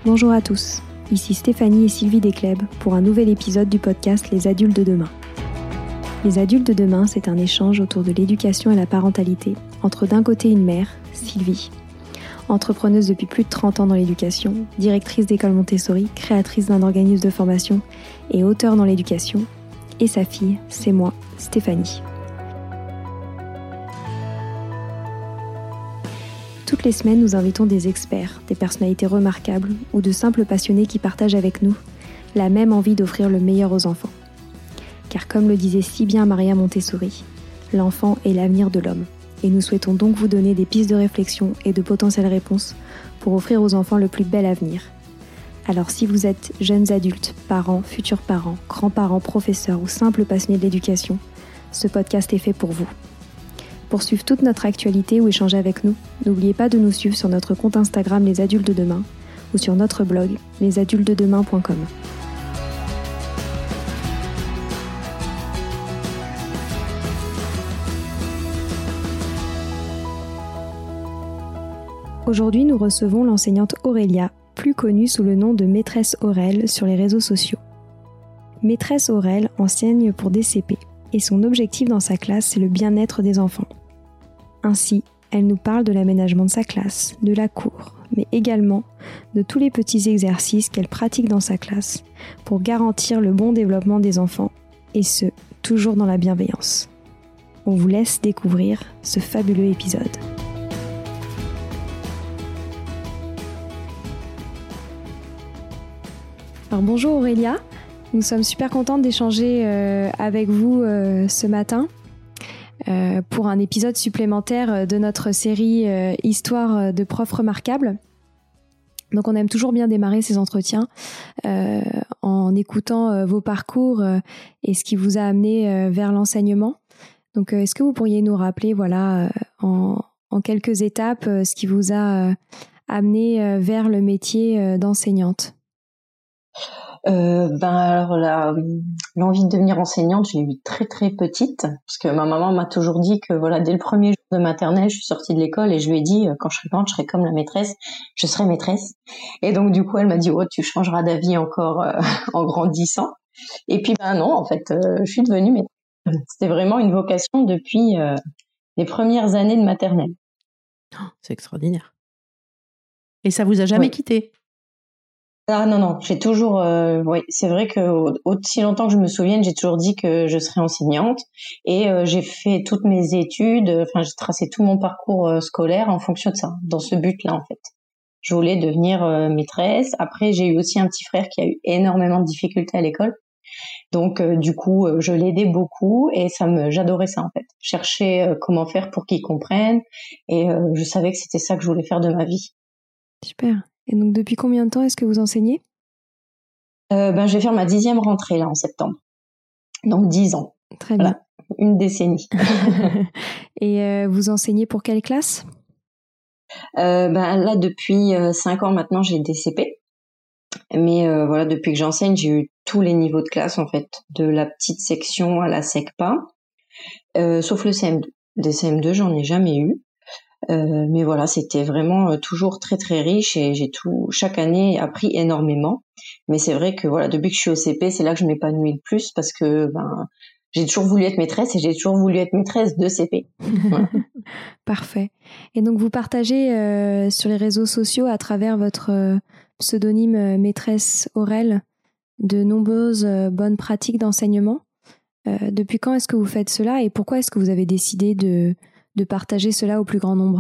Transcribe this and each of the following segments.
Bonjour à tous, ici Stéphanie et Sylvie Desclèbes pour un nouvel épisode du podcast Les Adultes de demain. Les Adultes de demain, c'est un échange autour de l'éducation et la parentalité entre d'un côté une mère, Sylvie, entrepreneuse depuis plus de 30 ans dans l'éducation, directrice d'école Montessori, créatrice d'un organisme de formation et auteure dans l'éducation, et sa fille, c'est moi, Stéphanie. Toutes les semaines, nous invitons des experts, des personnalités remarquables ou de simples passionnés qui partagent avec nous la même envie d'offrir le meilleur aux enfants. Car comme le disait si bien Maria Montessori, l'enfant est l'avenir de l'homme. Et nous souhaitons donc vous donner des pistes de réflexion et de potentielles réponses pour offrir aux enfants le plus bel avenir. Alors si vous êtes jeunes adultes, parents, futurs parents, grands-parents, professeurs ou simples passionnés de l'éducation, ce podcast est fait pour vous. Pour suivre toute notre actualité ou échanger avec nous, n'oubliez pas de nous suivre sur notre compte Instagram Les Adultes de Demain ou sur notre blog lesadultesdedemain.com. Aujourd'hui, nous recevons l'enseignante Aurélia, plus connue sous le nom de Maîtresse Aurel sur les réseaux sociaux. Maîtresse Aurel enseigne pour des CP et son objectif dans sa classe, c'est le bien-être des enfants. Ainsi, elle nous parle de l'aménagement de sa classe, de la cour, mais également de tous les petits exercices qu'elle pratique dans sa classe pour garantir le bon développement des enfants, et ce, toujours dans la bienveillance. On vous laisse découvrir ce fabuleux épisode. Alors bonjour Aurélia, nous sommes super contentes d'échanger avec vous ce matin pour un épisode supplémentaire de notre série Histoire de profs remarquables. Donc on aime toujours bien démarrer ces entretiens en écoutant vos parcours et ce qui vous a amené vers l'enseignement. Donc est-ce que vous pourriez nous rappeler en quelques étapes ce qui vous a amené vers le métier d'enseignante ? L'envie de devenir enseignante, je l'ai eu très très petite, parce que ma maman m'a toujours dit que dès le premier jour de maternelle, je suis sortie de l'école et je lui ai dit quand je serai grande, je serai comme la maîtresse, je serai maîtresse. Et donc du coup, elle m'a dit tu changeras d'avis encore en grandissant. Et puis non, en fait, je suis devenue maîtresse. C'était vraiment une vocation depuis les premières années de maternelle. C'est extraordinaire. Et ça vous a jamais quitté ? Ah non, j'ai toujours, c'est vrai que aussi longtemps que je me souvienne, j'ai toujours dit que je serais enseignante et j'ai fait toutes mes études, j'ai tracé tout mon parcours scolaire en fonction de ça, dans ce but-là en fait. Je voulais devenir maîtresse. Après, j'ai eu aussi un petit frère qui a eu énormément de difficultés à l'école, donc du coup, je l'aidais beaucoup et j'adorais ça en fait. Chercher comment faire pour qu'il comprenne et je savais que c'était ça que je voulais faire de ma vie. Super. Et donc, depuis combien de temps est-ce que vous enseignez ? Je vais faire ma 10e rentrée, là, en septembre. Donc, 10 ans. Très bien. Une décennie. Et vous enseignez pour quelle classe ? Là, depuis 5 ans maintenant, j'ai des CP. Mais depuis que j'enseigne, j'ai eu tous les niveaux de classe, en fait. De la petite section à la SECPA. Sauf le CM2. Des CM2, j'en ai jamais eu. Mais c'était vraiment toujours très très riche et j'ai chaque année appris énormément. Mais c'est vrai que depuis que je suis au CP, c'est là que je m'épanouis le plus parce que j'ai toujours voulu être maîtresse et j'ai toujours voulu être maîtresse de CP. Voilà. Parfait. Et donc vous partagez sur les réseaux sociaux à travers votre pseudonyme Maîtresse Aurel de nombreuses bonnes pratiques d'enseignement. Depuis quand est-ce que vous faites cela et pourquoi est-ce que vous avez décidé de partager cela au plus grand nombre ?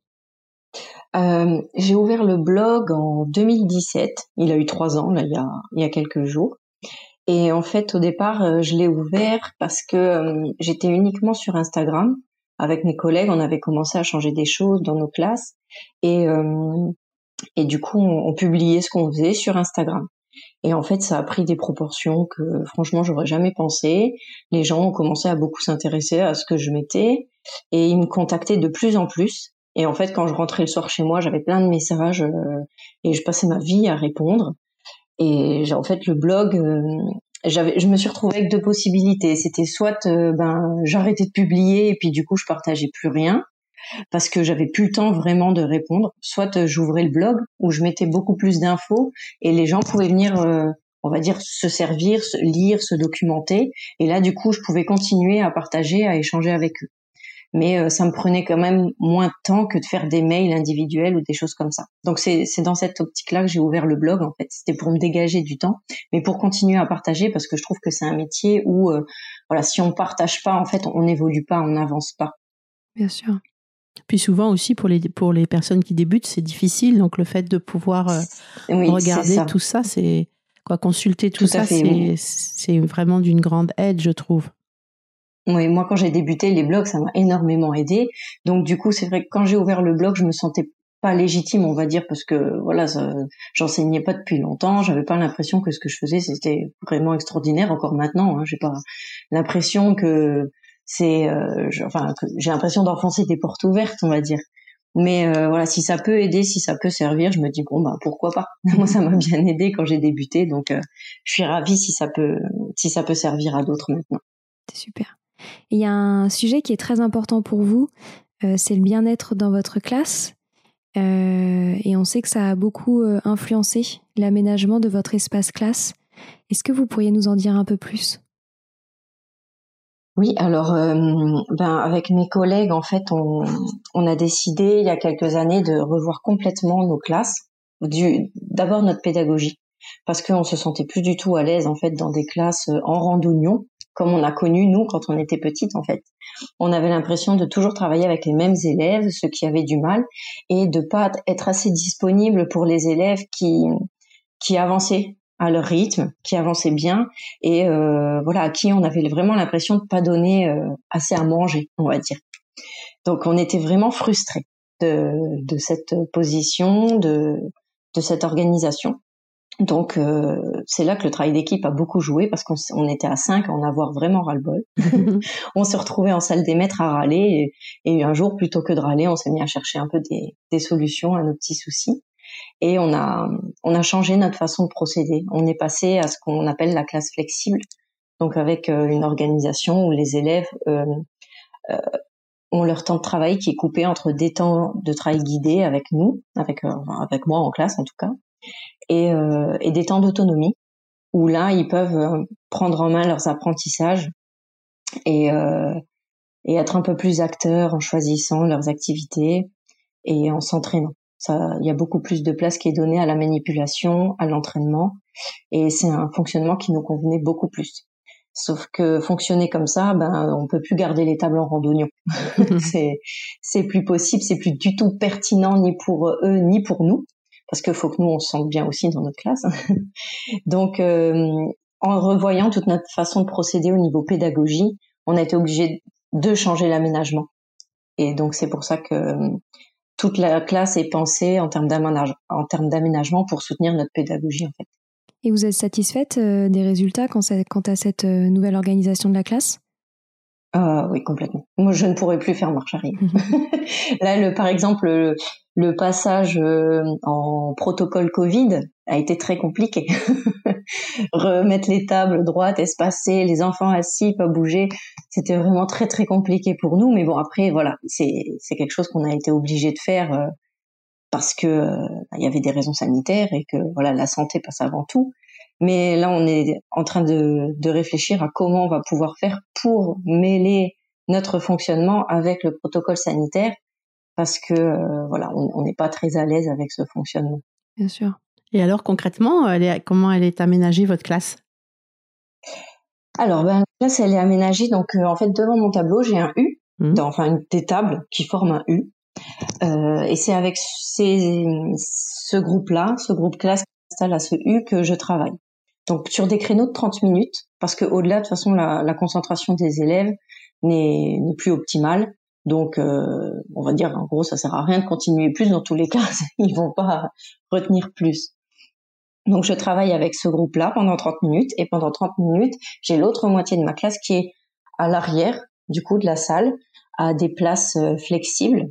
J'ai ouvert le blog en 2017. Il a eu 3 ans, là, il y a quelques jours. Et en fait, au départ, je l'ai ouvert parce que j'étais uniquement sur Instagram. Avec mes collègues, on avait commencé à changer des choses dans nos classes. Et du coup, on publiait ce qu'on faisait sur Instagram. Et en fait, ça a pris des proportions que franchement, j'aurais jamais pensé. Les gens ont commencé à beaucoup s'intéresser à ce que je mettais et ils me contactaient de plus en plus. Et en fait, quand je rentrais le soir chez moi, j'avais plein de messages et je passais ma vie à répondre. Et en fait, le blog, je me suis retrouvée avec 2 possibilités. C'était soit j'arrêtais de publier et puis du coup, je partageais plus rien. parce que j'avais plus le temps vraiment de répondre. Soit j'ouvrais le blog où je mettais beaucoup plus d'infos et les gens pouvaient venir, on va dire, se servir, lire, se documenter. Et là, du coup, je pouvais continuer à partager, à échanger avec eux. Mais ça me prenait quand même moins de temps que de faire des mails individuels ou des choses comme ça. Donc c'est dans cette optique-là que j'ai ouvert le blog, en fait. C'était pour me dégager du temps, mais pour continuer à partager, parce que je trouve que c'est un métier où, voilà, si on partage pas, en fait, on n'évolue pas, on n'avance pas. Bien sûr. Puis souvent aussi, pour les personnes qui débutent, c'est difficile. Donc le fait de pouvoir regarder tout ça, c'est consulter tout ça, c'est vraiment d'une grande aide, je trouve. Oui, moi quand j'ai débuté les blogs, ça m'a énormément aidé. Donc du coup, c'est vrai que quand j'ai ouvert le blog, je me sentais pas légitime, on va dire, parce que voilà, j'enseignais pas depuis longtemps, j'avais pas l'impression que ce que je faisais c'était vraiment extraordinaire. Encore maintenant, j'ai pas l'impression que j'ai l'impression d'enfoncer des portes ouvertes, on va dire. Mais voilà, si ça peut aider, si ça peut servir, je me dis bon pourquoi pas. Moi ça m'a bien aidé quand j'ai débuté, donc je suis ravie si ça peut servir à d'autres maintenant. C'est super. Et il y a un sujet qui est très important pour vous, c'est le bien-être dans votre classe. Et on sait que ça a beaucoup influencé l'aménagement de votre espace classe. Est-ce que vous pourriez nous en dire un peu plus ? Oui, alors avec mes collègues, en fait, on a décidé il y a quelques années de revoir complètement nos classes. D'abord notre pédagogie, parce qu'on se sentait plus du tout à l'aise en fait dans des classes en randonnion, comme on a connu nous quand on était petite en fait. On avait l'impression de toujours travailler avec les mêmes élèves, ceux qui avaient du mal, et de pas être assez disponible pour les élèves qui avançaient à leur rythme, qui avançaient bien, et à qui on avait vraiment l'impression de pas donner assez à manger, on va dire. Donc on était vraiment frustrés de cette position, de cette organisation. Donc c'est là que le travail d'équipe a beaucoup joué, parce qu'on était à 5 à en avoir vraiment ras-le-bol. On se retrouvait en salle des maîtres à râler, et un jour, plutôt que de râler, on s'est mis à chercher un peu des solutions à nos petits soucis. Et on a changé notre façon de procéder. On est passé à ce qu'on appelle la classe flexible, donc avec une organisation où les élèves ont leur temps de travail qui est coupé entre des temps de travail guidé avec nous, avec moi en classe en tout cas, et des temps d'autonomie où là ils peuvent prendre en main leurs apprentissages et être un peu plus acteurs en choisissant leurs activités et en s'entraînant. Ça, il y a beaucoup plus de place qui est donnée à la manipulation, à l'entraînement, et c'est un fonctionnement qui nous convenait beaucoup plus. Sauf que fonctionner comme ça, on peut plus garder les tables en randonnion. c'est plus possible, c'est plus du tout pertinent ni pour eux ni pour nous, parce qu'il faut que nous on se sente bien aussi dans notre classe. Donc en revoyant toute notre façon de procéder au niveau pédagogie, on a été obligé de changer l'aménagement. Et donc c'est pour ça que toute la classe est pensée en termes d'aménagement pour soutenir notre pédagogie en fait. Et vous êtes satisfaite des résultats quant à cette nouvelle organisation de la classe ? Oui, complètement. Moi, je ne pourrais plus faire marche arrière. Là, par exemple, le passage en protocole Covid a été très compliqué. Remettre les tables droites, espacées, les enfants assis, pas bouger, c'était vraiment très très compliqué pour nous. Mais bon, après, voilà, c'est quelque chose qu'on a été obligé de faire parce que il y avait des raisons sanitaires et que voilà, la santé passe avant tout. Mais là, on est en train de réfléchir à comment on va pouvoir faire pour mêler notre fonctionnement avec le protocole sanitaire, parce que on n'est pas très à l'aise avec ce fonctionnement. Bien sûr. Et alors concrètement, comment elle est aménagée votre classe ? Alors la classe, elle est aménagée donc en fait devant mon tableau, j'ai un U, des tables qui forment un U, et c'est avec ce groupe classe qui s'installe à ce U que je travaille. Donc sur des créneaux de 30 minutes, parce que au-delà, de toute façon, la concentration des élèves n'est plus optimale. Donc on va dire en gros, ça sert à rien de continuer plus dans tous les cas, ils vont pas retenir plus. Donc je travaille avec ce groupe-là pendant 30 minutes, et pendant 30 minutes, j'ai l'autre moitié de ma classe qui est à l'arrière du coup de la salle, à des places flexibles,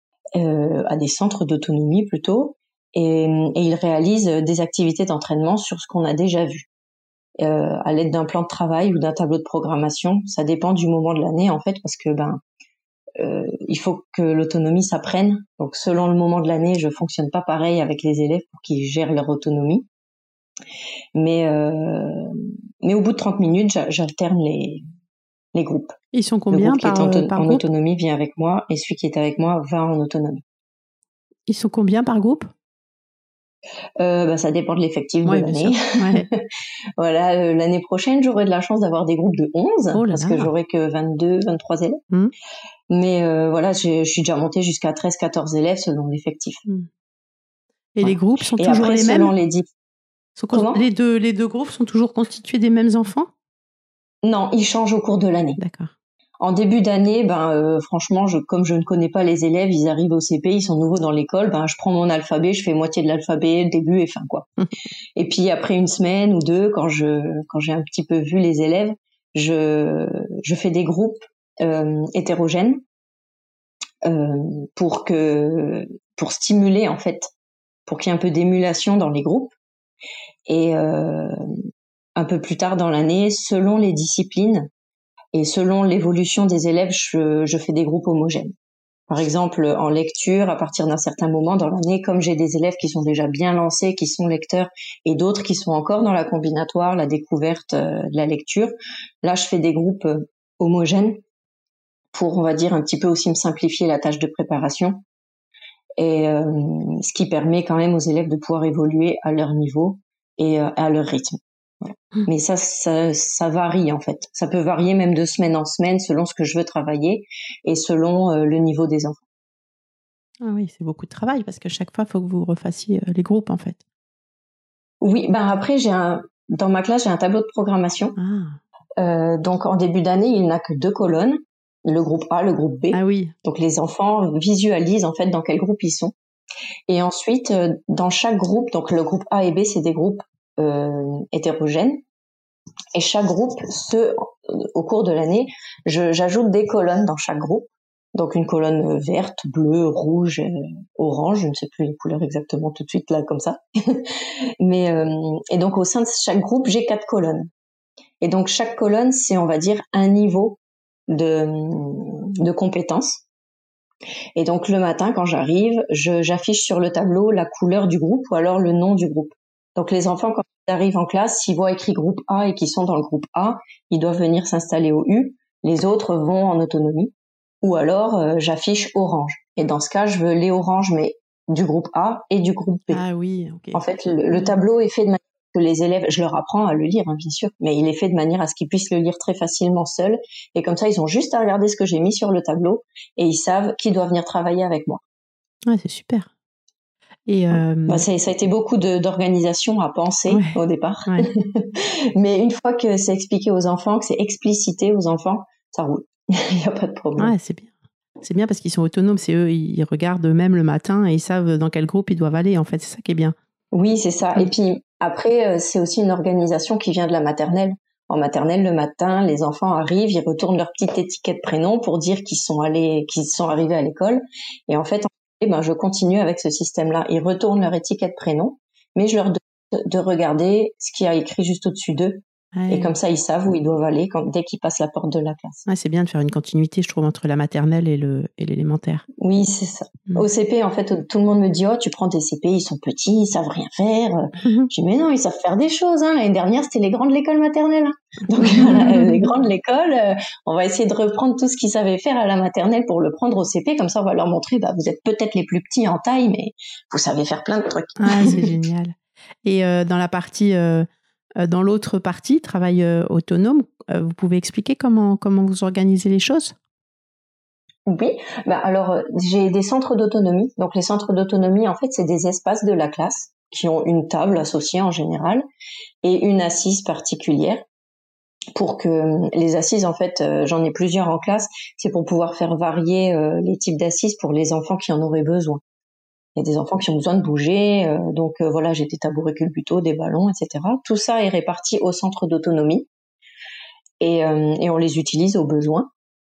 à des centres d'autonomie plutôt. Et ils réalisent des activités d'entraînement sur ce qu'on a déjà vu, à l'aide d'un plan de travail ou d'un tableau de programmation. Ça dépend du moment de l'année en fait, parce que il faut que l'autonomie s'apprenne. Donc selon le moment de l'année, je fonctionne pas pareil avec les élèves pour qu'ils gèrent leur autonomie. Mais au bout de 30 minutes, j'alterne les groupes. Ils sont combien par groupe ? Le groupe qui est en autonomie vient avec moi et celui qui est avec moi va en autonomie. Ils sont combien par groupe ? Ça dépend de l'effectif de l'année. Ouais. Voilà, l'année prochaine, j'aurai de la chance d'avoir des groupes de 11 parce que j'aurai que 22, 23 élèves. Mais voilà, je suis déjà montée jusqu'à 13, 14 élèves selon l'effectif. Et les groupes sont toujours les mêmes ? Comment ? Les deux groupes sont toujours constitués des mêmes enfants ? Non, ils changent au cours de l'année. D'accord. En début d'année, franchement, comme je ne connais pas les élèves, ils arrivent au CP, ils sont nouveaux dans l'école, je prends mon alphabet, je fais moitié de l'alphabet, début et fin, quoi. Et puis après une semaine ou deux, quand j'ai un petit peu vu les élèves, je fais des groupes hétérogènes pour stimuler en fait, pour qu'il y ait un peu d'émulation dans les groupes. Et un peu plus tard dans l'année, selon les disciplines et selon l'évolution des élèves, je fais des groupes homogènes. Par exemple, en lecture, à partir d'un certain moment dans l'année, comme j'ai des élèves qui sont déjà bien lancés, qui sont lecteurs, et d'autres qui sont encore dans la combinatoire, la découverte de la lecture, là, je fais des groupes homogènes pour, on va dire, un petit peu aussi me simplifier la tâche de préparation, et ce qui permet quand même aux élèves de pouvoir évoluer à leur niveau et à leur rythme. Voilà. Mais ça varie en fait. Ça peut varier même de semaine en semaine selon ce que je veux travailler et selon le niveau des enfants. Ah oui, c'est beaucoup de travail parce que chaque fois, il faut que vous refassiez les groupes en fait. Oui, après, dans ma classe, j'ai un tableau de programmation. Donc en début d'année, il n'a que 2 colonnes, le groupe A, le groupe B. Ah oui. Donc les enfants visualisent en fait dans quel groupe ils sont. Et ensuite, dans chaque groupe, donc le groupe A et B, c'est des groupes hétérogènes. Et chaque groupe, au cours de l'année, j'ajoute des colonnes dans chaque groupe. Donc une colonne verte, bleue, rouge, orange, je ne sais plus les couleurs exactement tout de suite là comme ça. Mais et donc au sein de chaque groupe, j'ai 4 colonnes. Et donc chaque colonne, c'est on va dire un niveau de compétences. Et donc le matin quand j'arrive, j'affiche sur le tableau la couleur du groupe ou alors le nom du groupe. Donc les enfants quand ils arrivent en classe, s'ils voient écrit groupe A et qu'ils sont dans le groupe A, ils doivent venir s'installer au U. Les autres vont en autonomie. Ou alors j'affiche orange. Et dans ce cas, je veux les oranges mais du groupe A et du groupe B. Ah oui, ok. En fait, le tableau est fait de manière que les élèves, je leur apprends à le lire, bien sûr, mais il est fait de manière à ce qu'ils puissent le lire très facilement seuls. Et comme ça, ils ont juste à regarder ce que j'ai mis sur le tableau et ils savent qui doit venir travailler avec moi. Ouais, c'est super. Et ça a été beaucoup d'organisation à penser au départ. Ouais. Mais une fois que c'est expliqué aux enfants, que c'est explicité aux enfants, ça roule. Il n'y a pas de problème. Ouais, c'est bien. C'est bien parce qu'ils sont autonomes. C'est eux, ils regardent eux-mêmes le matin et ils savent dans quel groupe ils doivent aller. En fait, c'est ça qui est bien. Oui, c'est ça. Et puis après, c'est aussi une organisation qui vient de la maternelle. En maternelle, le matin, les enfants arrivent, ils retournent leur petite étiquette prénom pour dire qu'ils sont arrivés à l'école. Et en fait, je continue avec ce système-là. Ils retournent leur étiquette prénom, mais je leur demande de regarder ce qu'il y a écrit juste au-dessus d'eux. Ouais. Et comme ça, ils savent où ils doivent aller dès qu'ils passent la porte de la classe. Ouais, c'est bien de faire une continuité, je trouve, entre la maternelle et l'élémentaire. Oui, c'est ça. Au CP, en fait, tout le monde me dit « Oh, tu prends des CP, ils sont petits, ils savent rien faire. » Je dis « Mais non, ils savent faire des choses. Hein. L'année dernière, c'était les grands de l'école maternelle. Hein. Donc, les grands de l'école, on va essayer de reprendre tout ce qu'ils savaient faire à la maternelle pour le prendre au CP. Comme ça, on va leur montrer vous êtes peut-être les plus petits en taille, mais vous savez faire plein de trucs. » Ah, c'est génial. Et dans la partie... dans l'autre partie, travail autonome, vous pouvez expliquer comment vous organisez les choses ? Oui, alors j'ai des centres d'autonomie. Donc les centres d'autonomie, en fait, c'est des espaces de la classe qui ont une table associée en général et une assise particulière. Pour que les assises, en fait, j'en ai plusieurs en classe, c'est pour pouvoir faire varier les types d'assises pour les enfants qui en auraient besoin. Il y a des enfants qui ont besoin de bouger, donc voilà, j'ai des tabourets culbuto, des ballons, etc. Tout ça est réparti au centre d'autonomie et on les utilise au besoin.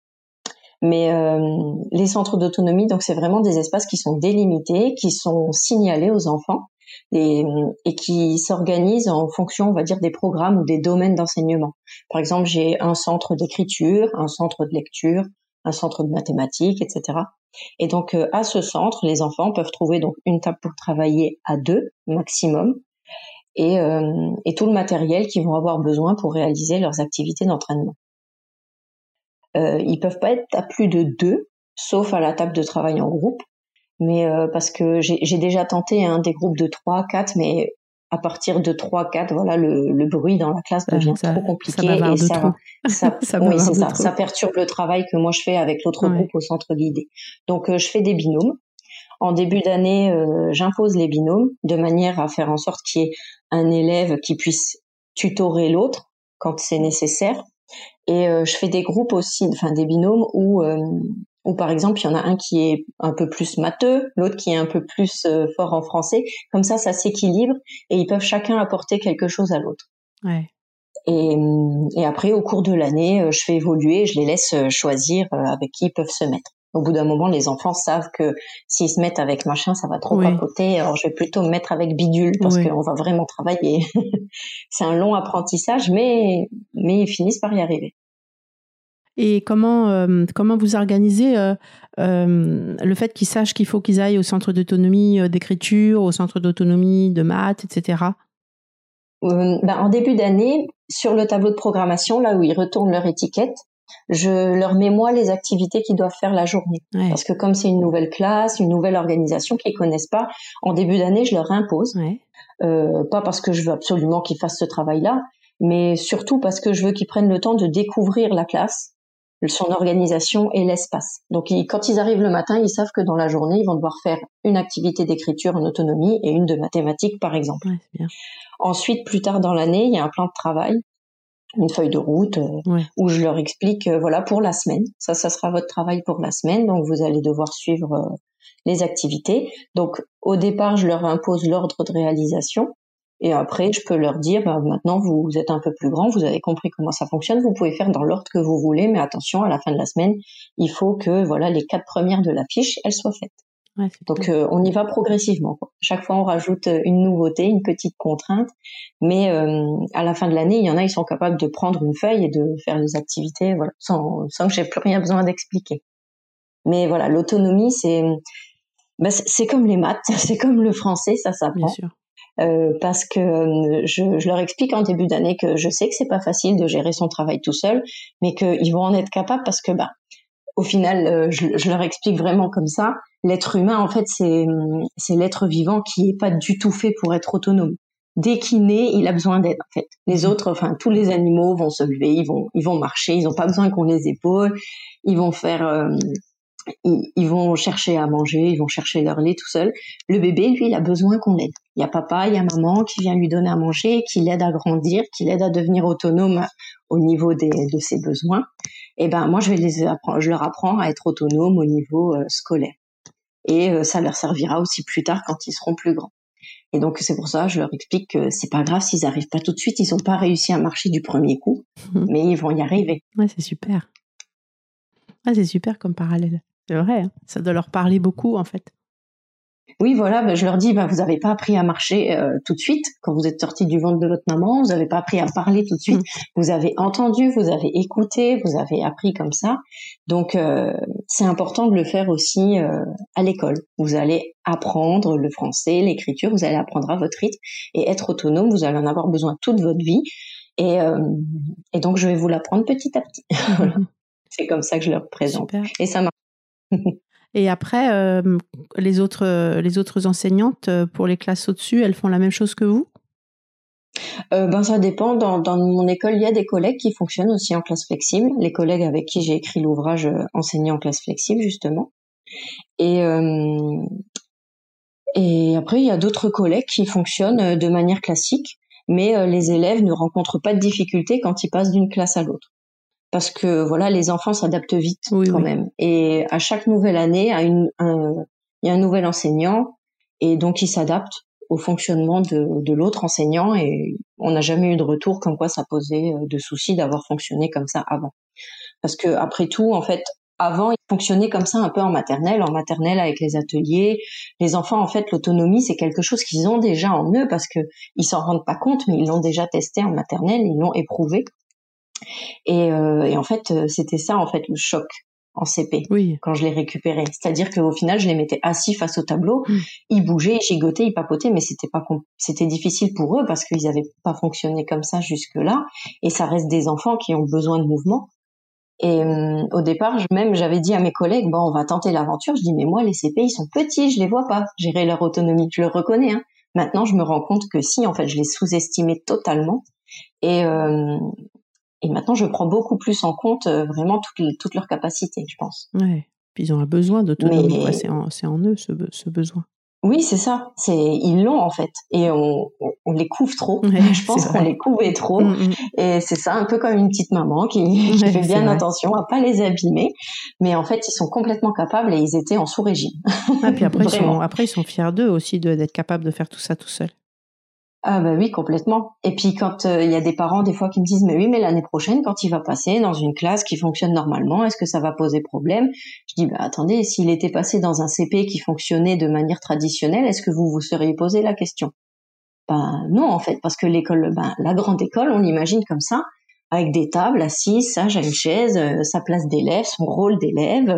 Mais les centres d'autonomie, donc c'est vraiment des espaces qui sont délimités, qui sont signalés aux enfants et qui s'organisent en fonction, on va dire, des programmes ou des domaines d'enseignement. Par exemple, j'ai un centre d'écriture, un centre de lecture, un centre de mathématiques, etc. Et donc, à ce centre, les enfants peuvent trouver donc une table pour travailler à 2 maximum et tout le matériel qu'ils vont avoir besoin pour réaliser leurs activités d'entraînement. Ils peuvent pas être à plus de 2, sauf à la table de travail en groupe, mais parce que j'ai déjà tenté des groupes de 3, 4, mais à partir de 3, 4, voilà, le bruit dans la classe devient trop compliqué et ça perturbe le travail que moi je fais avec l'autre groupe au centre guidé. Donc je fais des binômes. En début d'année, j'impose les binômes de manière à faire en sorte qu'il y ait un élève qui puisse tutorer l'autre quand c'est nécessaire. Et je fais des groupes aussi, enfin des binômes où par exemple il y en a un qui est un peu plus matheux, l'autre qui est un peu plus fort en français. Comme ça s'équilibre et ils peuvent chacun apporter quelque chose à l'autre. Ouais. Et après, au cours de l'année, je fais évoluer, je les laisse choisir avec qui ils peuvent se mettre. Au bout d'un moment, les enfants savent que s'ils se mettent avec machin, ça va trop papoter. Alors, je vais plutôt me mettre avec bidule parce qu'on va vraiment travailler. C'est un long apprentissage, mais ils finissent par y arriver. Et comment vous organisez le fait qu'ils sachent qu'il faut qu'ils aillent au centre d'autonomie d'écriture, au centre d'autonomie de maths, etc. En début d'année, sur le tableau de programmation, là où ils retournent leur étiquette, je leur mets moi les activités qu'ils doivent faire la journée. Ouais. Parce que comme c'est une nouvelle classe, une nouvelle organisation qu'ils connaissent pas, en début d'année, je leur impose. Ouais. Pas parce que je veux absolument qu'ils fassent ce travail-là, mais surtout parce que je veux qu'ils prennent le temps de découvrir la classe, son organisation et l'espace. Donc quand ils arrivent le matin, ils savent que dans la journée, ils vont devoir faire une activité d'écriture en autonomie et une de mathématiques, par exemple. Ouais, c'est bien. Ensuite, plus tard dans l'année, il y a un plan de travail, une feuille de route où je leur explique, voilà, pour la semaine. Ça sera votre travail pour la semaine. Donc, vous allez devoir suivre les activités. Donc, au départ, je leur impose l'ordre de réalisation. Et après, je peux leur dire, maintenant, vous êtes un peu plus grand, vous avez compris comment ça fonctionne, vous pouvez faire dans l'ordre que vous voulez, mais attention, à la fin de la semaine, il faut que, voilà, les 4 premières de la fiche, elles soient faites. Ouais, donc on y va progressivement, quoi. Chaque fois on rajoute une nouveauté, une petite contrainte, mais à la fin de l'année, il y en a, ils sont capables de prendre une feuille et de faire les activités, voilà, sans que j'ai plus rien besoin d'expliquer. Mais voilà, l'autonomie, c'est comme les maths, c'est comme le français, ça s'apprend. Bien sûr. Parce que je leur explique en début d'année que je sais que c'est pas facile de gérer son travail tout seul, mais qu'ils vont en être capables parce que au final, je leur explique vraiment comme ça. L'être humain, en fait, c'est l'être vivant qui est pas du tout fait pour être autonome. Dès qu'il naît, il a besoin d'aide, en fait. Les autres, enfin, tous les animaux vont se lever, ils vont marcher, ils ont pas besoin qu'on les épaule, ils vont faire, ils vont chercher à manger, ils vont chercher leur lait tout seul. Le bébé, lui, il a besoin qu'on l'aide. Il y a papa, il y a maman qui vient lui donner à manger, qui l'aide à grandir, qui l'aide à devenir autonome au niveau de ses besoins. Et moi, je leur apprends à être autonomes au niveau scolaire. Et ça leur servira aussi plus tard quand ils seront plus grands. Et donc, c'est pour ça, je leur explique que c'est pas grave s'ils arrivent pas tout de suite, ils ont pas réussi à marcher du premier coup, mais ils vont y arriver. Ouais, c'est super. Ouais, c'est super comme parallèle. C'est vrai, hein, ça doit leur parler beaucoup, en fait. Oui, voilà, je leur dis, vous n'avez pas appris à marcher tout de suite quand vous êtes sortis du ventre de votre maman, vous n'avez pas appris à parler tout de suite, vous avez entendu, vous avez écouté, vous avez appris comme ça. Donc, c'est important de le faire aussi à l'école. Vous allez apprendre le français, l'écriture, vous allez apprendre à votre rythme et être autonome, vous allez en avoir besoin toute votre vie. Et donc, je vais vous l'apprendre petit à petit. Voilà. C'est comme ça que je leur présente. Super. Et ça marche. Et après, les autres enseignantes, pour les classes au-dessus, elles font la même chose que vous ? Ça dépend. Dans mon école, il y a des collègues qui fonctionnent aussi en classe flexible. Les collègues avec qui j'ai écrit l'ouvrage enseigné en classe flexible, justement. Et après, il y a d'autres collègues qui fonctionnent de manière classique, mais les élèves ne rencontrent pas de difficultés quand ils passent d'une classe à l'autre. Parce que voilà, les enfants s'adaptent vite quand même. Et à chaque nouvelle année, il y a un nouvel enseignant et donc il s'adapte au fonctionnement de l'autre enseignant et on n'a jamais eu de retour comme quoi ça posait de soucis d'avoir fonctionné comme ça avant. Parce que après tout, en fait, avant, ils fonctionnaient comme ça un peu en maternelle avec les ateliers. Les enfants, en fait, l'autonomie, c'est quelque chose qu'ils ont déjà en eux parce que ils s'en rendent pas compte, mais ils l'ont déjà testé en maternelle, ils l'ont éprouvé. Et en fait, c'était ça, en fait, le choc. en CP Oui. quand je les récupérais. C'est-à-dire qu'au final, je les mettais assis face au tableau, ils bougeaient, ils gigotaient, ils papotaient, mais c'était difficile pour eux parce qu'ils n'avaient pas fonctionné comme ça jusque-là. Et ça reste des enfants qui ont besoin de mouvement. Et au départ, j'avais dit à mes collègues, bon, on va tenter l'aventure. Je dis, mais moi, les CP, ils sont petits, je les vois pas gérer leur autonomie. Je le reconnais, hein. Maintenant, je me rends compte que si, en fait, je les sous-estimais totalement. Et maintenant, je prends beaucoup plus en compte vraiment toutes leurs capacités, je pense. Ouais. Puis ils ont un besoin d'autonomie, quoi. C'est en eux, ce besoin. Oui, c'est ça. Ils l'ont, en fait. Et on les couve trop. Ouais, je pense qu'on les couvait trop. Et c'est ça, un peu comme une petite maman qui fait bien attention à pas les abîmer. Mais en fait, ils sont complètement capables et ils étaient en sous-régime. Ah, puis après, ils sont fiers d'eux aussi d'être capables de faire tout ça tout seuls. Ah bah oui, complètement. Et puis quand il y a des parents des fois qui me disent mais oui, mais l'année prochaine quand il va passer dans une classe qui fonctionne normalement, est-ce que ça va poser problème? Je dis bah attendez, s'il était passé dans un CP qui fonctionnait de manière traditionnelle, est-ce que vous vous seriez posé la question? Ben non en fait, parce que l'école, la grande école, on l'imagine comme ça, avec des tables assises, sage à une chaise, sa place d'élève, son rôle d'élève.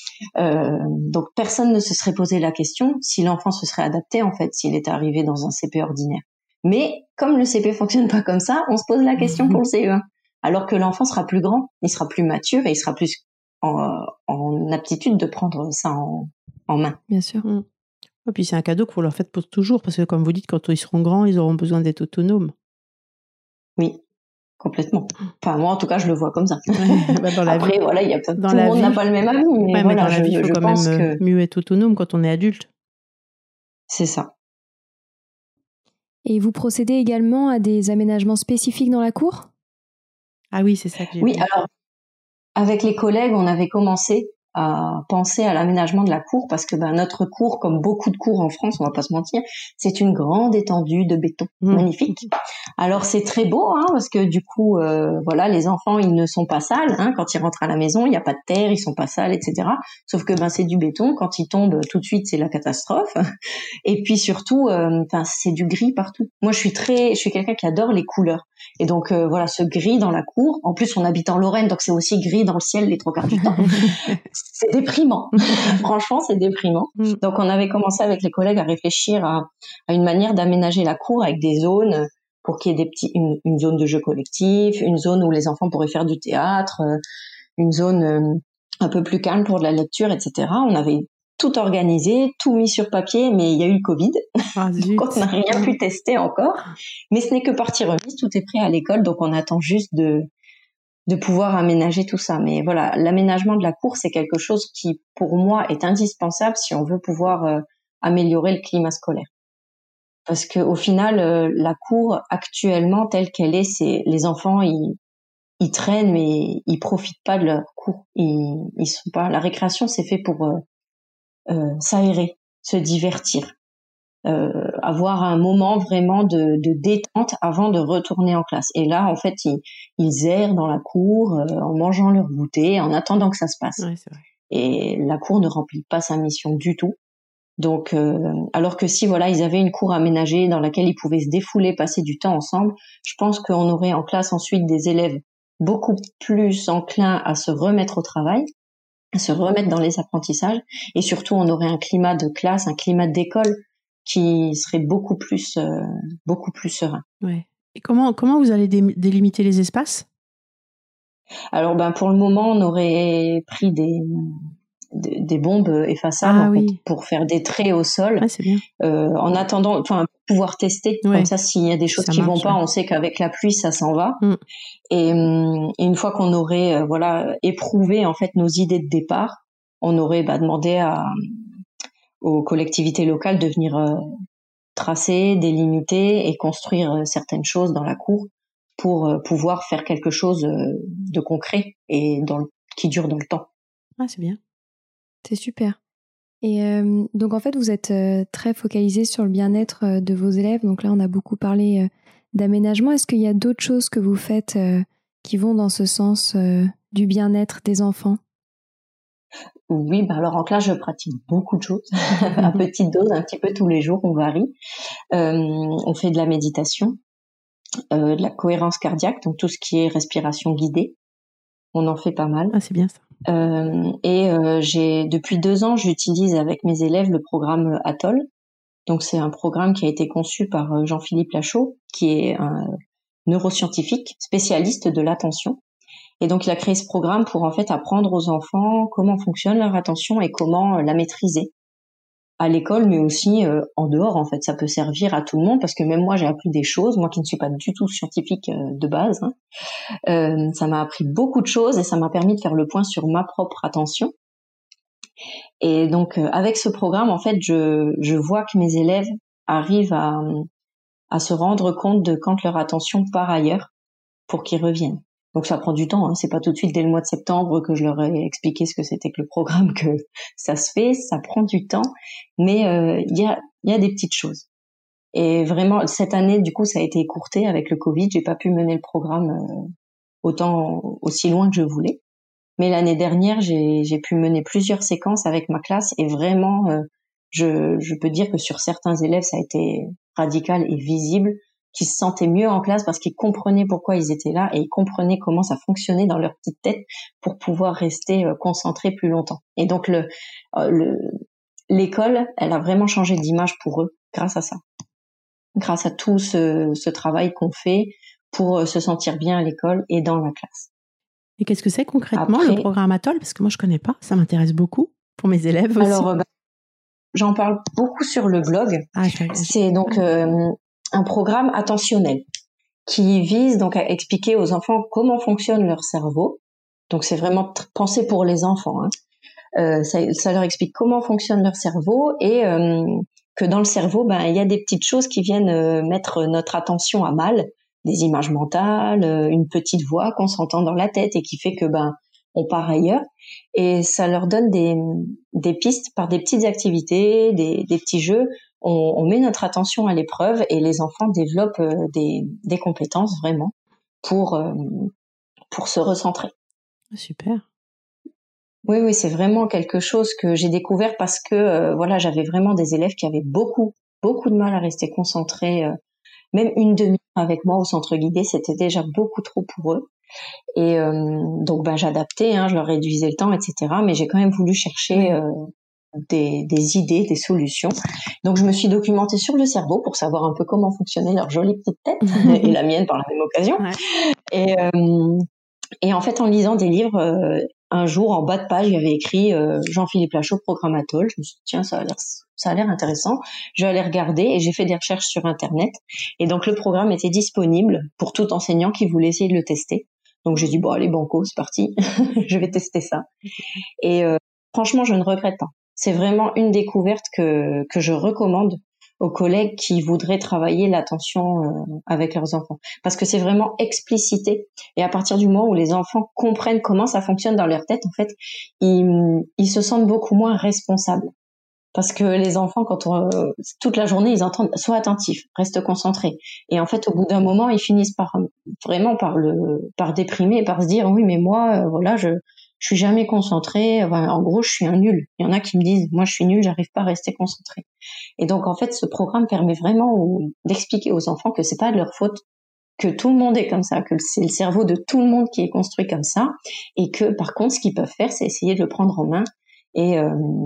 Donc personne ne se serait posé la question si l'enfant se serait adapté en fait s'il était arrivé dans un CP ordinaire. Mais comme le CP fonctionne pas comme ça, on se pose la question pour le CE1. Alors que l'enfant sera plus grand, il sera plus mature et il sera plus en aptitude de prendre ça en main. Bien sûr. Et puis c'est un cadeau que vous leur faites pour toujours, parce que comme vous dites, quand ils seront grands, ils auront besoin d'être autonomes. Oui, complètement. Enfin moi en tout cas je le vois comme ça. Dans la Après vie, voilà, tout le monde n'a pas le même avis, mais voilà, dans la vie, il faut quand même mieux être autonome quand on est adulte. C'est ça. Et vous procédez également à des aménagements spécifiques dans la cour? Ah oui, c'est ça que j'ai vu. Oui, alors, avec les collègues, on avait commencé à penser à l'aménagement de la cour parce que notre cour, comme beaucoup de cours en France, on va pas se mentir, c'est une grande étendue de béton, magnifique. Alors c'est très beau, hein, parce que du coup, voilà, les enfants ils ne sont pas sales, hein, quand ils rentrent à la maison, il n'y a pas de terre, ils sont pas sales, etc. Sauf que c'est du béton, quand ils tombent tout de suite, c'est la catastrophe. Et puis surtout, c'est du gris partout. Moi, je suis quelqu'un qui adore les couleurs. Et donc voilà, ce gris dans la cour. En plus, on habite en Lorraine, donc c'est aussi gris dans le ciel les 3/4 du temps. C'est déprimant. Franchement, c'est déprimant. Donc, on avait commencé avec les collègues à réfléchir à une manière d'aménager la cour avec des zones pour qu'il y ait une zone de jeu collectif, une zone où les enfants pourraient faire du théâtre, une zone un peu plus calme pour de la lecture, etc. On avait tout organisé, tout mis sur papier, mais il y a eu le Covid. Donc, on n'a rien pu tester encore. Mais ce n'est que partie remise, tout est prêt à l'école, donc on attend juste de pouvoir aménager tout ça. Mais voilà, l'aménagement de la cour, c'est quelque chose qui, pour moi, est indispensable si on veut pouvoir améliorer le climat scolaire. Parce que au final, la cour, actuellement, telle qu'elle est, c'est les enfants, ils traînent, mais ils profitent pas de leur cour. Ils sont pas. La récréation, c'est fait pour s'aérer, se divertir. Avoir un moment vraiment de détente avant de retourner en classe. Et là, en fait, ils errent dans la cour en mangeant leur goûter, en attendant que ça se passe. Ouais, c'est vrai. Et la cour ne remplit pas sa mission du tout. Donc, alors que si voilà, ils avaient une cour aménagée dans laquelle ils pouvaient se défouler, passer du temps ensemble, je pense qu'on aurait en classe ensuite des élèves beaucoup plus enclins à se remettre au travail, à se remettre dans les apprentissages, et surtout on aurait un climat de classe, un climat d'école qui serait beaucoup plus serein. Ouais. Et comment vous allez délimiter les espaces? Alors pour le moment, on aurait pris des bombes effaçables pour faire des traits au sol. Ah, c'est bien. En attendant, pouvoir tester. Comme ça, s'il y a des choses qui vont pas, on sait qu'avec la pluie, ça s'en va. Et une fois qu'on aurait éprouvé en fait nos idées de départ, on aurait demandé aux collectivités locales de venir tracer, délimiter et construire certaines choses dans la cour pour pouvoir faire quelque chose de concret et qui dure dans le temps. Ah, c'est bien. C'est super. Et donc en fait, vous êtes très focalisé sur le bien-être de vos élèves. Donc là, on a beaucoup parlé d'aménagement. Est-ce qu'il y a d'autres choses que vous faites qui vont dans ce sens du bien-être des enfants? Oui, alors en classe, je pratique beaucoup de choses, à petite dose, un petit peu tous les jours, on varie. On fait de la méditation, de la cohérence cardiaque, donc tout ce qui est respiration guidée. On en fait pas mal. Ah, c'est bien ça. Depuis 2 ans, j'utilise avec mes élèves le programme Atoll. Donc c'est un programme qui a été conçu par Jean-Philippe Lachaud, qui est un neuroscientifique spécialiste de l'attention. Et donc il a créé ce programme pour en fait apprendre aux enfants comment fonctionne leur attention et comment la maîtriser à l'école, mais aussi en dehors. En fait, ça peut servir à tout le monde parce que même moi j'ai appris des choses, moi qui ne suis pas du tout scientifique de base. Ça m'a appris beaucoup de choses et ça m'a permis de faire le point sur ma propre attention. Et donc avec ce programme, en fait, je vois que mes élèves arrivent à se rendre compte de quand leur attention part ailleurs pour qu'ils reviennent. Donc ça prend du temps, c'est pas tout de suite dès le mois de septembre que je leur ai expliqué ce que c'était que le programme que ça se fait, ça prend du temps, mais il y a des petites choses. Et vraiment cette année du coup ça a été écourté avec le Covid, j'ai pas pu mener le programme aussi loin que je voulais. Mais l'année dernière, j'ai pu mener plusieurs séquences avec ma classe et vraiment je peux dire que sur certains élèves ça a été radical et visible, qui se sentaient mieux en classe parce qu'ils comprenaient pourquoi ils étaient là et ils comprenaient comment ça fonctionnait dans leur petite tête pour pouvoir rester concentrés plus longtemps. Et donc l'école, elle a vraiment changé d'image pour eux grâce à ça, grâce à tout ce travail qu'on fait pour se sentir bien à l'école et dans la classe. Et qu'est-ce que c'est concrètement le programme Atoll? Parce que moi je connais pas, ça m'intéresse beaucoup pour mes élèves aussi. Alors j'en parle beaucoup sur le blog. C'est donc un programme attentionnel qui vise donc à expliquer aux enfants comment fonctionne leur cerveau. Donc c'est vraiment pensé pour les enfants. Ça leur explique comment fonctionne leur cerveau et que dans le cerveau, il y a des petites choses qui viennent mettre notre attention à mal, des images mentales, une petite voix qu'on s'entend dans la tête et qui fait que on part ailleurs. Et ça leur donne des pistes par des petites activités, des petits jeux. On met notre attention à l'épreuve et les enfants développent des compétences vraiment pour se recentrer. Super. Oui, c'est vraiment quelque chose que j'ai découvert parce que j'avais vraiment des élèves qui avaient beaucoup de mal à rester concentrés. Même une demi-heure avec moi au centre guidé, c'était déjà beaucoup trop pour eux. Et donc j'adaptais, je leur réduisais le temps, etc. Mais j'ai quand même voulu chercher des idées, des solutions. Donc je me suis documentée sur le cerveau pour savoir un peu comment fonctionnait leur jolie petite tête et la mienne par la même occasion. Ouais. Et en fait, en lisant des livres, un jour en bas de page, il y avait écrit Jean-Philippe Lachaud, programme Atoll. Je me suis dit tiens, ça a l'air intéressant. Je vais aller regarder et j'ai fait des recherches sur Internet. Et donc le programme était disponible pour tout enseignant qui voulait essayer de le tester. Donc j'ai dit bon allez banco, c'est parti, je vais tester ça. Et franchement, je ne regrette pas. C'est vraiment une découverte que je recommande aux collègues qui voudraient travailler l'attention avec leurs enfants. Parce que c'est vraiment explicité. Et à partir du moment où les enfants comprennent comment ça fonctionne dans leur tête, en fait, ils se sentent beaucoup moins responsables. Parce que les enfants, toute la journée, ils entendent « sois attentif, reste concentré ». Et en fait, au bout d'un moment, ils finissent par déprimer, par se dire « oui, mais moi, je suis jamais concentré, en gros, je suis un nul ». Il y en a qui me disent « moi, je suis nul, j'arrive pas à rester concentré ». Et donc, en fait, ce programme permet vraiment d'expliquer aux enfants que c'est pas de leur faute, que tout le monde est comme ça, que c'est le cerveau de tout le monde qui est construit comme ça, et que, par contre, ce qu'ils peuvent faire, c'est essayer de le prendre en main et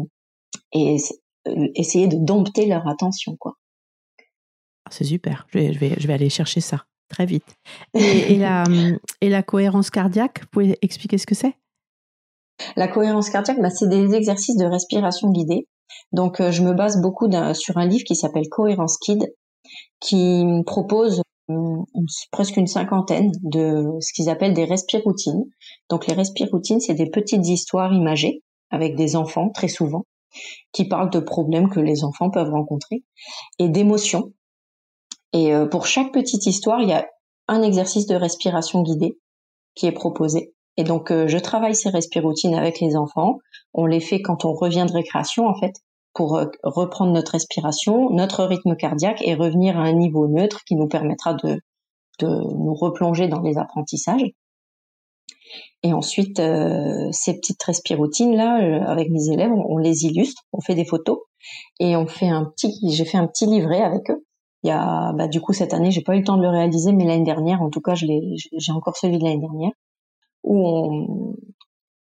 essayer de dompter leur attention, quoi. C'est super. Je vais aller chercher ça très vite. Et la cohérence cardiaque, vous pouvez expliquer ce que c'est? La cohérence cardiaque, c'est des exercices de respiration guidée. Donc, je me base beaucoup sur un livre qui s'appelle Cohérence Kid, qui propose presque une cinquantaine de ce qu'ils appellent des respiroutines. Donc, les respiroutines, c'est des petites histoires imagées avec des enfants, très souvent, qui parlent de problèmes que les enfants peuvent rencontrer et d'émotions. Et pour chaque petite histoire, il y a un exercice de respiration guidée qui est proposé. Et donc, je travaille ces respiroutines avec les enfants. On les fait quand on revient de récréation, en fait, pour reprendre notre respiration, notre rythme cardiaque et revenir à un niveau neutre qui nous permettra de nous replonger dans les apprentissages. Et ensuite, ces petites respiroutines-là, avec mes élèves, on les illustre, on fait des photos et j'ai fait un petit livret avec eux. Il y a, du coup, cette année, j'ai pas eu le temps de le réaliser, mais l'année dernière, en tout cas, j'ai encore celui de l'année dernière, où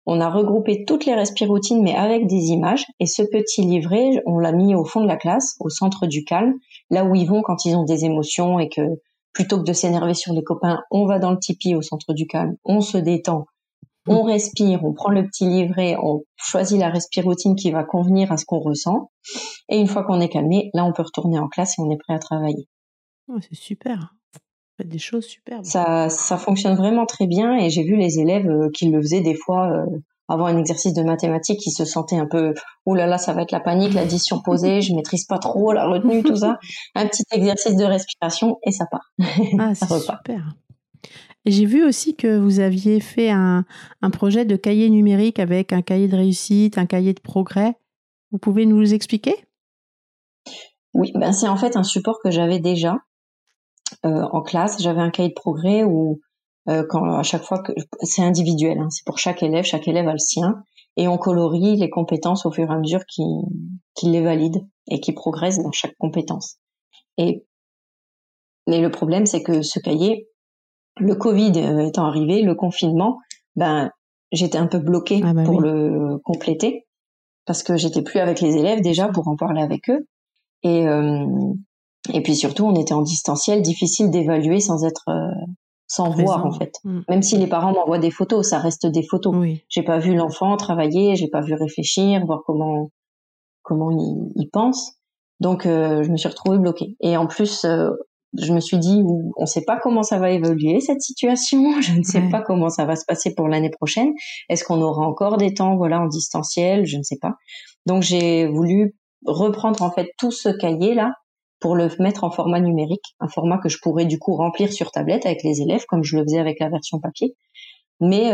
on a regroupé toutes les respiroutines, mais avec des images. Et ce petit livret, on l'a mis au fond de la classe, au centre du calme, là où ils vont quand ils ont des émotions et que plutôt que de s'énerver sur les copains, on va dans le tipi au centre du calme, on se détend, on respire, on prend le petit livret, on choisit la respiroutine qui va convenir à ce qu'on ressent. Et une fois qu'on est calmé, là, on peut retourner en classe et on est prêt à travailler. Oh, c'est super. Vous faites des choses superbes. Ça fonctionne vraiment très bien et j'ai vu les élèves qui le faisaient des fois avant un exercice de mathématiques, qui se sentaient un peu « Ouh là là, ça va être la panique, l'addition posée, je maîtrise pas trop, la retenue, tout ça. » Un petit exercice de respiration et ça part. Ah, ça repart. Super. Et j'ai vu aussi que vous aviez fait un projet de cahier numérique avec un cahier de réussite, un cahier de progrès. Vous pouvez nous expliquer ? Oui, c'est en fait un support que j'avais déjà en classe. J'avais un cahier de progrès où à chaque fois que c'est individuel, c'est pour chaque élève a le sien et on colorie les compétences au fur et à mesure qu'il les valide et qu'il progresse dans chaque compétence. Mais le problème, c'est que ce cahier, le Covid étant arrivé, le confinement, j'étais un peu bloquée pour le compléter parce que j'étais plus avec les élèves déjà pour en parler avec eux et puis surtout on était en distanciel, difficile d'évaluer sans voir en fait. Même si les parents m'envoient des photos, ça reste des photos. Oui. J'ai pas vu l'enfant travailler, j'ai pas vu réfléchir, voir comment il pense. Donc je me suis retrouvée bloquée. Et en plus je me suis dit on sait pas comment ça va évoluer cette situation, je ne sais pas comment ça va se passer pour l'année prochaine. Est-ce qu'on aura encore des temps en distanciel, je ne sais pas. Donc j'ai voulu reprendre en fait tout ce cahier là pour le mettre en format numérique, un format que je pourrais du coup remplir sur tablette avec les élèves comme je le faisais avec la version papier. Mais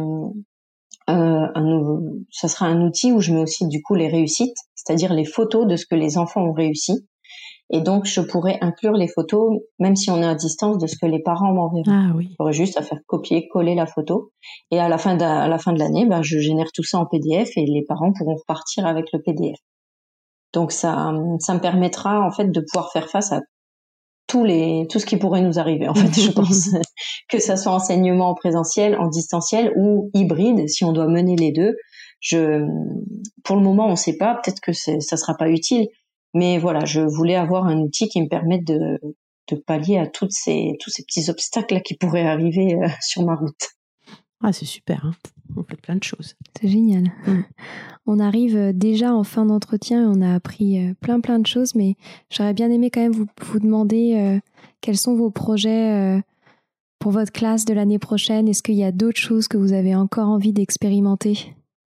ça sera un outil où je mets aussi du coup les réussites, c'est-à-dire les photos de ce que les enfants ont réussi. Et donc je pourrais inclure les photos, même si on est à distance, de ce que les parents m'enverront. Ah oui. J'aurais juste à faire copier, coller la photo. Et à la fin de l'année, je génère tout ça en PDF et les parents pourront repartir avec le PDF. Donc ça me permettra en fait de pouvoir faire face à tout ce qui pourrait nous arriver en fait, je pense, que ça soit enseignement en présentiel, en distanciel ou hybride, si on doit mener les deux. Pour le moment, on sait pas, peut-être que ça sera pas utile, mais voilà, je voulais avoir un outil qui me permette de pallier à tous ces petits obstacles là qui pourraient arriver sur ma route. Ah, c'est super, on fait plein de choses. C'est génial. On arrive déjà en fin d'entretien et on a appris plein de choses, mais j'aurais bien aimé quand même vous demander quels sont vos projets pour votre classe de l'année prochaine. Est-ce qu'il y a d'autres choses que vous avez encore envie d'expérimenter ?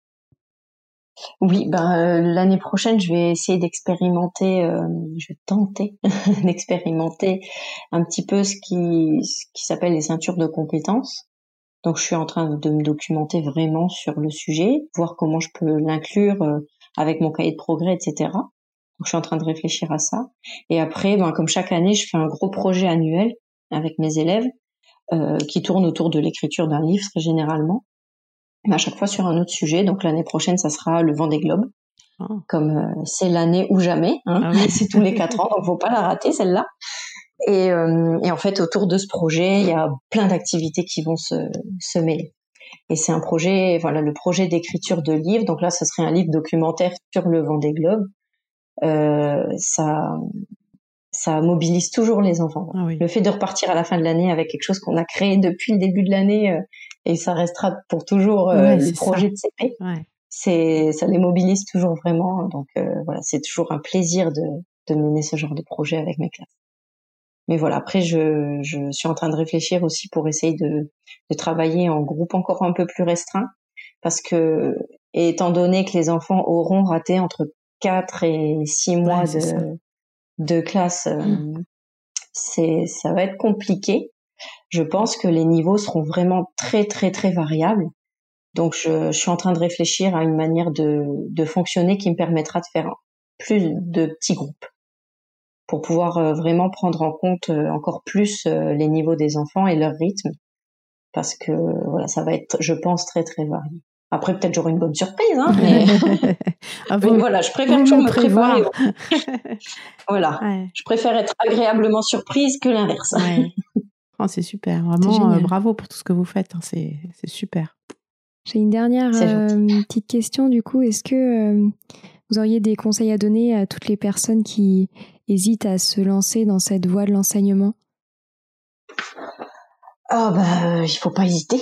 Oui, l'année prochaine, je vais essayer d'expérimenter, je vais tenter d'expérimenter un petit peu ce qui s'appelle les ceintures de compétences. Donc, je suis en train de me documenter vraiment sur le sujet, voir comment je peux l'inclure avec mon cahier de progrès, etc. Donc, je suis en train de réfléchir à ça. Et après, comme chaque année, je fais un gros projet annuel avec mes élèves qui tourne autour de l'écriture d'un livre, très généralement, mais à chaque fois sur un autre sujet. Donc, l'année prochaine, ça sera le Vendée Globe, comme c'est l'année ou jamais. C'est tous les 4 ans, donc faut pas la rater, celle-là. Et en fait, autour de ce projet, il y a plein d'activités qui vont se mêler. Et c'est un projet, le projet d'écriture de livre. Donc là, ça serait un livre documentaire sur le Vendée Globe. Ça mobilise toujours les enfants. Ah oui. Le fait de repartir à la fin de l'année avec quelque chose qu'on a créé depuis le début de l'année et ça restera pour toujours le projet de CP. Ça les mobilise toujours vraiment. Donc c'est toujours un plaisir de mener ce genre de projet avec mes classes. Mais voilà, après je suis en train de réfléchir aussi pour essayer de travailler en groupe encore un peu plus restreint, parce que étant donné que les enfants auront raté entre 4 et 6 mois de classe, ça va être compliqué. Je pense que les niveaux seront vraiment très très très variables. Donc je suis en train de réfléchir à une manière de fonctionner qui me permettra de faire plus de petits groupes, pour pouvoir vraiment prendre en compte encore plus les niveaux des enfants et leur rythme, parce que ça va être, je pense, très très varié. Après, peut-être j'aurai une bonne surprise, mais voilà, je préfère toujours me préparer. Je préfère être agréablement surprise que l'inverse. Oh, c'est super, vraiment, bravo pour tout ce que vous faites, c'est super. J'ai une dernière petite question du coup. Est-ce que vous auriez des conseils à donner à toutes les personnes qui hésitent à se lancer dans cette voie de l'enseignement ? Il faut pas hésiter.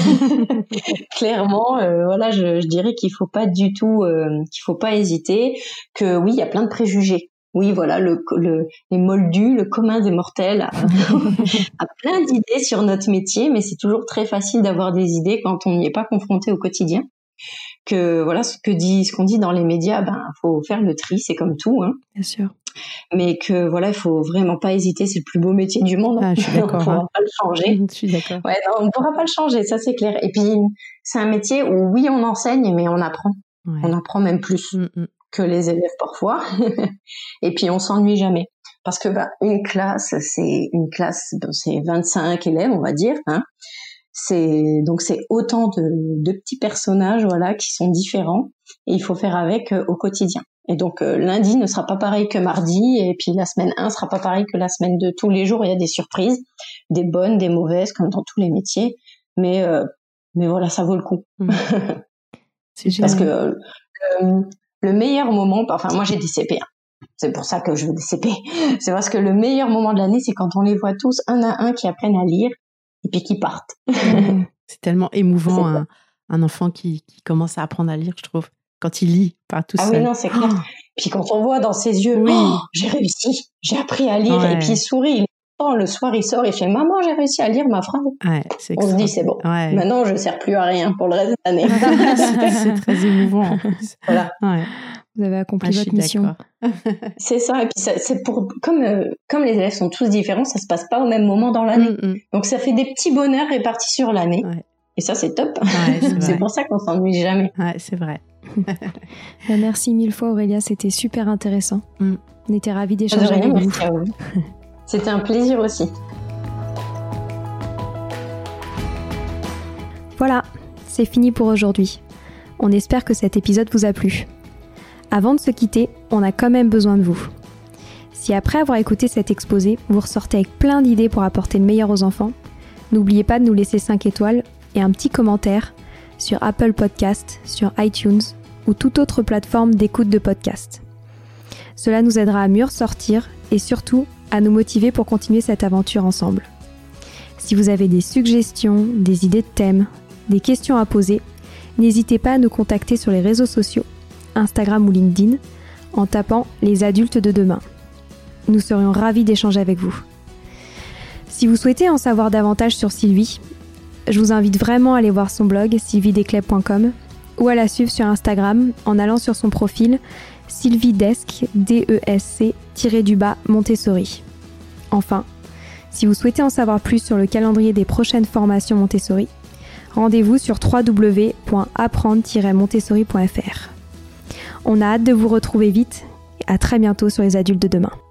Clairement, voilà, je dirais qu'il faut pas du tout, qu'il faut pas hésiter. Que oui, il y a plein de préjugés. Oui, voilà, les moldus, le commun des mortels a plein d'idées sur notre métier, mais c'est toujours très facile d'avoir des idées quand on n'y est pas confronté au quotidien. Que voilà, ce qu'on dit dans les médias, faut faire le tri, c'est comme tout, hein. Bien sûr. Mais que voilà, il faut vraiment pas hésiter, c'est le plus beau métier du monde. Je suis d'accord. On pourra pas le changer. Je suis d'accord. Ouais, non, on pourra pas le changer, ça c'est clair. Et puis c'est un métier où oui, on enseigne, mais on apprend. Ouais. On apprend même plus que les élèves parfois. Et puis on s'ennuie jamais, parce que une classe, c'est 25 élèves, on va dire, hein. C'est autant de petits personnages, voilà, qui sont différents, et il faut faire avec au quotidien. Et donc lundi ne sera pas pareil que mardi, et puis la semaine 1 sera pas pareil que la semaine 2. Tous les jours, il y a des surprises, des bonnes, des mauvaises, comme dans tous les métiers. Mais voilà, ça vaut le coup. C'est génial. Parce que le meilleur moment, enfin moi j'ai des CP, hein. C'est pour ça que je veux des CP. C'est parce que le meilleur moment de l'année, c'est quand on les voit tous un à un qui apprennent à lire et puis qui partent. C'est tellement émouvant un enfant qui commence à apprendre à lire, je trouve. Quand il lit par tout seul. Ah oui, non, c'est clair. Puis quand on voit dans ses yeux, j'ai réussi, j'ai appris à lire, et puis il sourit. Le soir, il sort et fait « Maman, j'ai réussi à lire ma phrase ». On se dit « C'est bon, maintenant je ne sers plus à rien pour le reste de l'année ». C'est très émouvant en plus. Voilà. Ouais. Vous avez accompli votre mission. C'est ça, et puis c'est comme les élèves sont tous différents, ça se passe pas au même moment dans l'année. Donc ça fait des petits bonheurs répartis sur l'année. Et ça, c'est top. C'est pour ça qu'on s'ennuie jamais. Ouais, c'est vrai. Merci mille fois Aurélia, c'était super intéressant. On était ravis d'échanger avec vous. Merci à vous. C'était un plaisir aussi. Voilà, c'est fini pour aujourd'hui. On espère que cet épisode vous a plu. Avant de se quitter, on a quand même besoin de vous. Si après avoir écouté cet exposé, vous ressortez avec plein d'idées pour apporter le meilleur aux enfants, n'oubliez pas de nous laisser 5 étoiles et un petit commentaire sur Apple Podcast, sur iTunes ou toute autre plateforme d'écoute de podcast. Cela nous aidera à mieux ressortir et surtout à nous motiver pour continuer cette aventure ensemble. Si vous avez des suggestions, des idées de thèmes, des questions à poser, n'hésitez pas à nous contacter sur les réseaux sociaux, Instagram ou LinkedIn, en tapant « Les adultes de demain ». Nous serions ravis d'échanger avec vous. Si vous souhaitez en savoir davantage sur Sylvie, je vous invite vraiment à aller voir son blog sylviedesclés.com ou à la suivre sur Instagram en allant sur son profil sylviedesc, Montessori. Enfin, si vous souhaitez en savoir plus sur le calendrier des prochaines formations Montessori, rendez-vous sur www.apprendre-montessori.fr. On a hâte de vous retrouver vite et à très bientôt sur Les Adultes de demain.